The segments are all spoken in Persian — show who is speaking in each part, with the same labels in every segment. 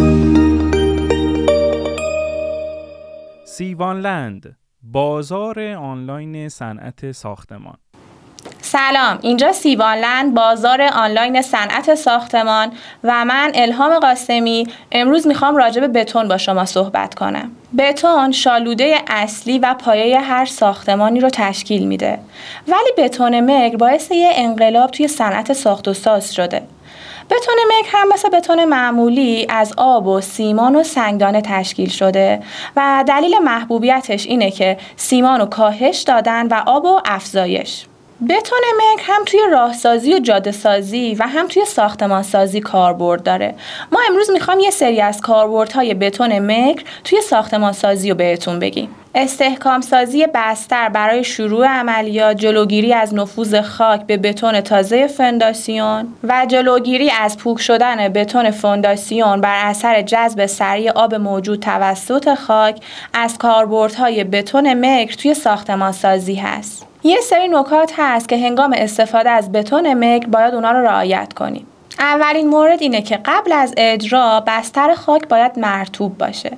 Speaker 1: سیوانلند، بازار آنلاین صنعت ساختمان.
Speaker 2: سلام، اینجا سیوانلند، بازار آنلاین صنعت ساختمان و من الهام قاسمی. امروز میخوام راجع به بتون با شما صحبت کنم. بتون شالوده اصلی و پایه هر ساختمانی رو تشکیل میده. ولی بتون مگر باعث یه انقلاب توی صنعت ساخت و ساز شده. بتون مگر هم مثل بتون معمولی از آب و سیمان و سنگدانه تشکیل شده و دلیل محبوبیتش اینه که سیمان رو کاهش دادن و آب و افزایش. بتون مگر هم توی راهسازی و جاده سازی و هم توی ساختمان سازی کاربرد داره. ما امروز میخوام یه سری از کاربردهای بتون مگر توی ساختمان سازی رو بهتون بگیم. استحکام سازی بستر برای شروع عملیات، جلوگیری از نفوذ خاک به بتون تازه فونداسیون و جلوگیری از پوک شدن بتون فونداسیون بر اثر جذب سریع آب موجود توسط خاک از کاربردهای بتون مگر توی ساختمان سازی هست. یه سری نکات هست که هنگام استفاده از بتون مگر باید اونا رو رعایت کنیم. اولین مورد اینه که قبل از اجرا بستر خاک باید مرطوب باشه.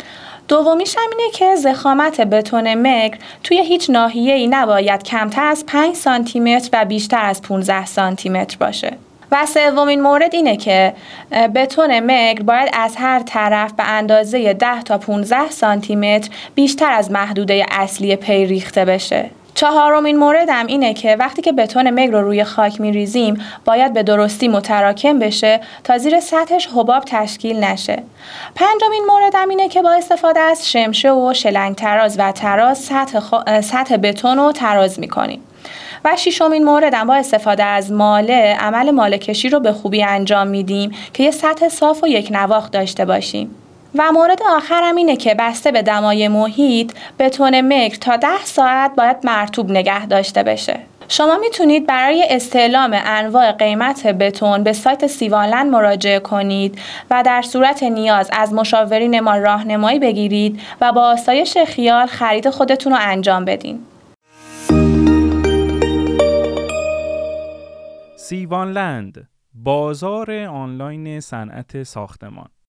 Speaker 2: دومیش هم اینه که ضخامت بتون مگر توی هیچ ناحیه‌ای نباید کمتر از 5 سانتی متر و بیشتر از 15 سانتی متر باشه. و سومین مورد اینه که بتون مگر باید از هر طرف به اندازه 10 تا 15 سانتی متر بیشتر از محدوده اصلی پی ریخته بشه. چهارمین موردم اینه که وقتی که بتون مگر رو روی خاک میریزیم باید به درستی متراکم بشه تا زیر سطحش حباب تشکیل نشه. پنجمین موردم اینه که با استفاده از شمشه و شلنگ تراز و تراز سطح بتون رو تراز میکنیم. و ششمین موردم با استفاده از ماله عمل ماله کشی رو به خوبی انجام میدیم که یه سطح صاف و یک نواخت داشته باشیم. و مورد آخرم اینه که بسته به دمای محیط بتون مگر تا 10 ساعت باید مرطوب نگه داشته بشه. شما میتونید برای استعلام انواع قیمت بتون به سایت سیوانلند مراجعه کنید و در صورت نیاز از مشاورین ما راهنمایی بگیرید و با آسایش خیال خرید خودتون رو انجام بدین.
Speaker 1: سیوانلند، بازار آنلاین صنعت ساختمان.